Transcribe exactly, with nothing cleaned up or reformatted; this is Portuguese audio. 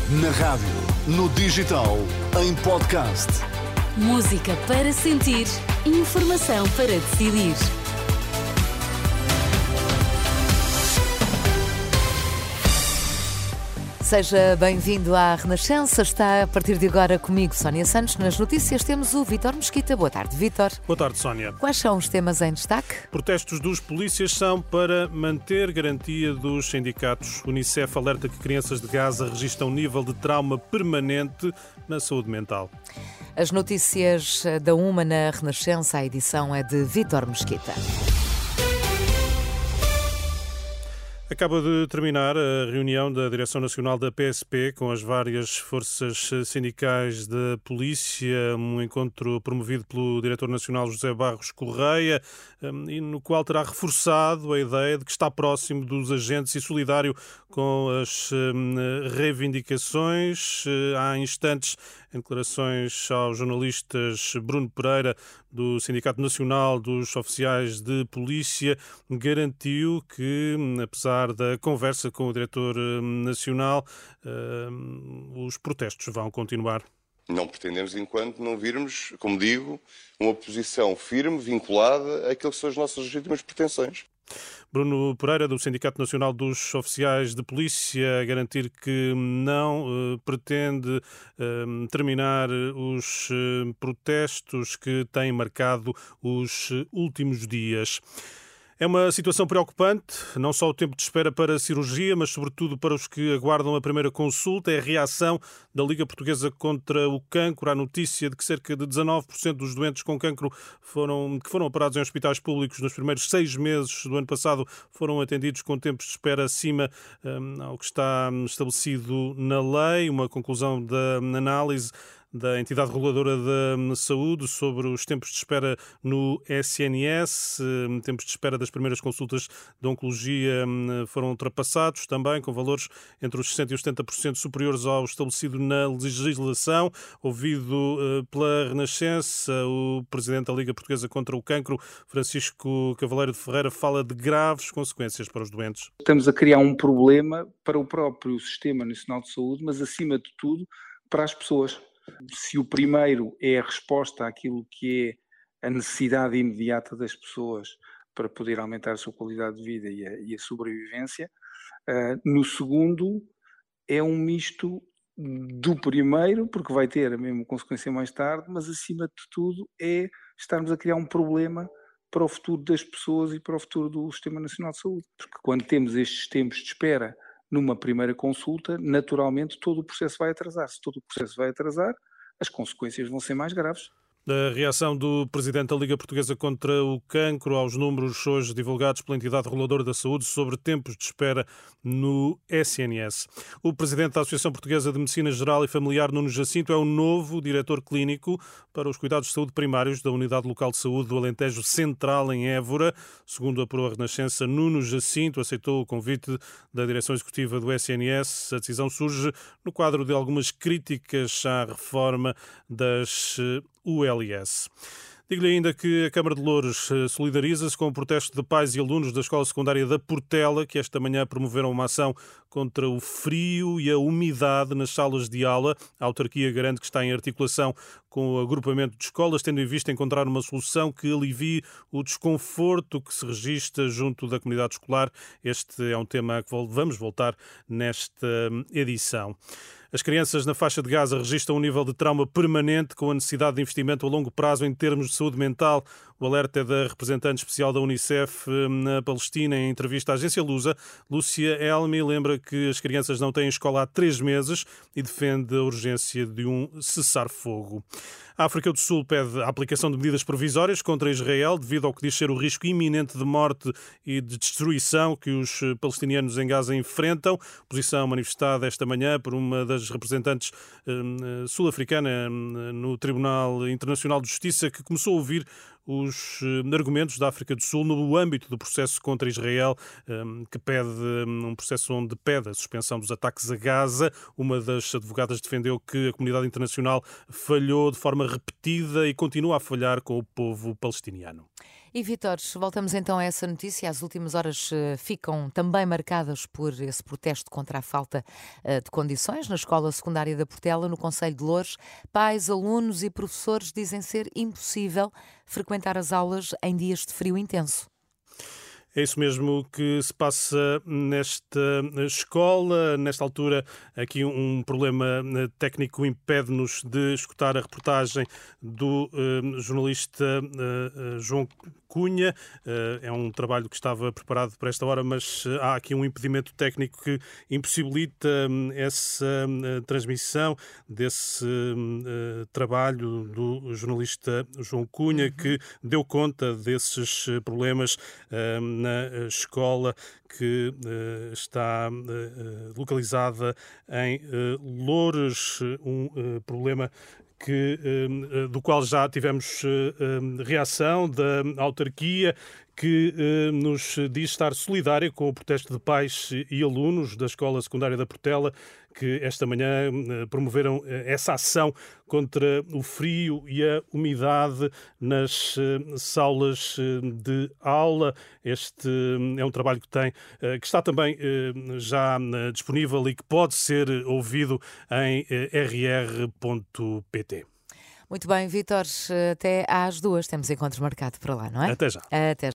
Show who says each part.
Speaker 1: Na rádio, no digital, em podcast.
Speaker 2: Música para sentir, informação para decidir.
Speaker 3: Seja bem-vindo à Renascença. Está a partir de agora comigo, Sónia Santos. Nas notícias temos o Vítor Mesquita. Boa tarde, Vítor.
Speaker 4: Boa tarde, Sónia.
Speaker 3: Quais são os temas em destaque?
Speaker 4: Protestos dos polícias são para manter garantia dos sindicatos. O Unicef alerta que crianças de Gaza registram nível de trauma permanente na saúde mental.
Speaker 3: As notícias da Uma na Renascença, a edição é de Vítor Mesquita.
Speaker 4: Acaba de terminar a reunião da Direção Nacional da P S P com as várias forças sindicais da polícia, um encontro promovido pelo Diretor Nacional José Barros Correia, e no qual terá reforçado a ideia de que está próximo dos agentes e solidário com as reivindicações. Há instantes, em declarações aos jornalistas, Bruno Pereira, do Sindicato Nacional dos Oficiais de Polícia, garantiu que, apesar da conversa com o Diretor Nacional, os protestos vão continuar.
Speaker 5: Não pretendemos enquanto não virmos, como digo, uma posição firme, vinculada àquilo que são as nossas legítimas pretensões.
Speaker 4: Bruno Pereira, do Sindicato Nacional dos Oficiais de Polícia, a garantir que não uh, pretende uh, terminar os uh, protestos que têm marcado os uh, últimos dias. É uma situação preocupante, não só o tempo de espera para a cirurgia, mas sobretudo para os que aguardam a primeira consulta. É a reação da Liga Portuguesa contra o Cancro à notícia de que cerca de dezanove por cento dos doentes com cancro foram, que foram operados em hospitais públicos nos primeiros seis meses do ano passado foram atendidos com tempos de espera acima um, ao que está estabelecido na lei. Uma conclusão da análise da entidade reguladora da saúde sobre os tempos de espera no S N S. Tempos de espera das primeiras consultas de oncologia foram ultrapassados também, com valores entre os sessenta por cento e os setenta por cento superiores ao estabelecido na legislação. Ouvido pela Renascença, o presidente da Liga Portuguesa contra o Cancro, Francisco Cavaleiro de Ferreira, fala de graves consequências para os doentes.
Speaker 6: Estamos a criar um problema para o próprio Sistema Nacional de Saúde, mas acima de tudo para as pessoas. Se o primeiro é a resposta àquilo que é a necessidade imediata das pessoas para poder aumentar a sua qualidade de vida e a, e a sobrevivência, uh, no segundo é um misto do primeiro, porque vai ter a mesma consequência mais tarde, mas acima de tudo é estarmos a criar um problema para o futuro das pessoas e para o futuro do Sistema Nacional de Saúde. Porque quando temos estes tempos de espera numa primeira consulta, naturalmente todo o processo vai atrasar. Se todo o processo vai atrasar, as consequências vão ser mais graves.
Speaker 4: A reação do presidente da Liga Portuguesa contra o Cancro aos números hoje divulgados pela entidade reguladora da saúde sobre tempos de espera no S N S. O presidente da Associação Portuguesa de Medicina Geral e Familiar, Nuno Jacinto, é o novo diretor clínico para os cuidados de saúde primários da Unidade Local de Saúde do Alentejo Central, em Évora. Segundo apurou a Renascença, Nuno Jacinto aceitou o convite da direção executiva do S N S. A decisão surge no quadro de algumas críticas à reforma das U L S. Digo-lhe ainda que a Câmara de Louros solidariza-se com o protesto de pais e alunos da Escola Secundária da Portela, que esta manhã promoveram uma ação contra o frio e a umidade nas salas de aula. A autarquia garante que está em articulação com o agrupamento de escolas, tendo em vista encontrar uma solução que alivie o desconforto que se registra junto da comunidade escolar. Este é um tema a que vamos voltar nesta edição. As crianças na faixa de Gaza registram um nível de trauma permanente com a necessidade de investimento a longo prazo em termos de saúde mental. O alerta é da representante especial da Unicef na Palestina. Em entrevista à agência Lusa, Lúcia Elmi lembra que as crianças não têm escola há três meses e defende a urgência de um cessar-fogo. A África do Sul pede a aplicação de medidas provisórias contra Israel devido ao que diz ser o risco iminente de morte e de destruição que os palestinianos em Gaza enfrentam. Posição manifestada esta manhã por uma das representantes eh, sul-africana no Tribunal Internacional de Justiça, que começou a ouvir os argumentos da África do Sul no âmbito do processo contra Israel, que pede um processo onde pede a suspensão dos ataques a Gaza. Uma das advogadas defendeu que a comunidade internacional falhou de forma repetida e continua a falhar com o povo palestiniano.
Speaker 3: E, Vítor, voltamos então a essa notícia. As últimas horas uh, ficam também marcadas por esse protesto contra a falta uh, de condições na Escola Secundária da Portela, no concelho de Loures. Pais, alunos e professores dizem ser impossível frequentar as aulas em dias de frio intenso.
Speaker 4: É isso mesmo que se passa nesta escola. Nesta altura, aqui um problema técnico impede-nos de escutar a reportagem do uh, jornalista uh, João Cunha. Uh, é um trabalho que estava preparado para esta hora, mas uh, há aqui um impedimento técnico que impossibilita uh, essa uh, transmissão desse uh, trabalho do jornalista João Cunha, uhum. que deu conta desses problemas uh, na escola que uh, está uh, localizada em uh, Loures, um uh, problema que, uh, do qual já tivemos uh, uh, reação da autarquia, que uh, nos diz estar solidária com o protesto de pais e alunos da Escola Secundária da Portela, que esta manhã uh, promoveram uh, essa ação contra o frio e a umidade nas uh, salas uh, de aula. Este uh, é um trabalho que tem, uh, que está também uh, já uh, disponível e que pode ser ouvido em uh, r r ponto p t.
Speaker 3: Muito bem, Vítor, até às duas temos encontro marcado para lá, não é?
Speaker 4: Até já.
Speaker 3: Até já.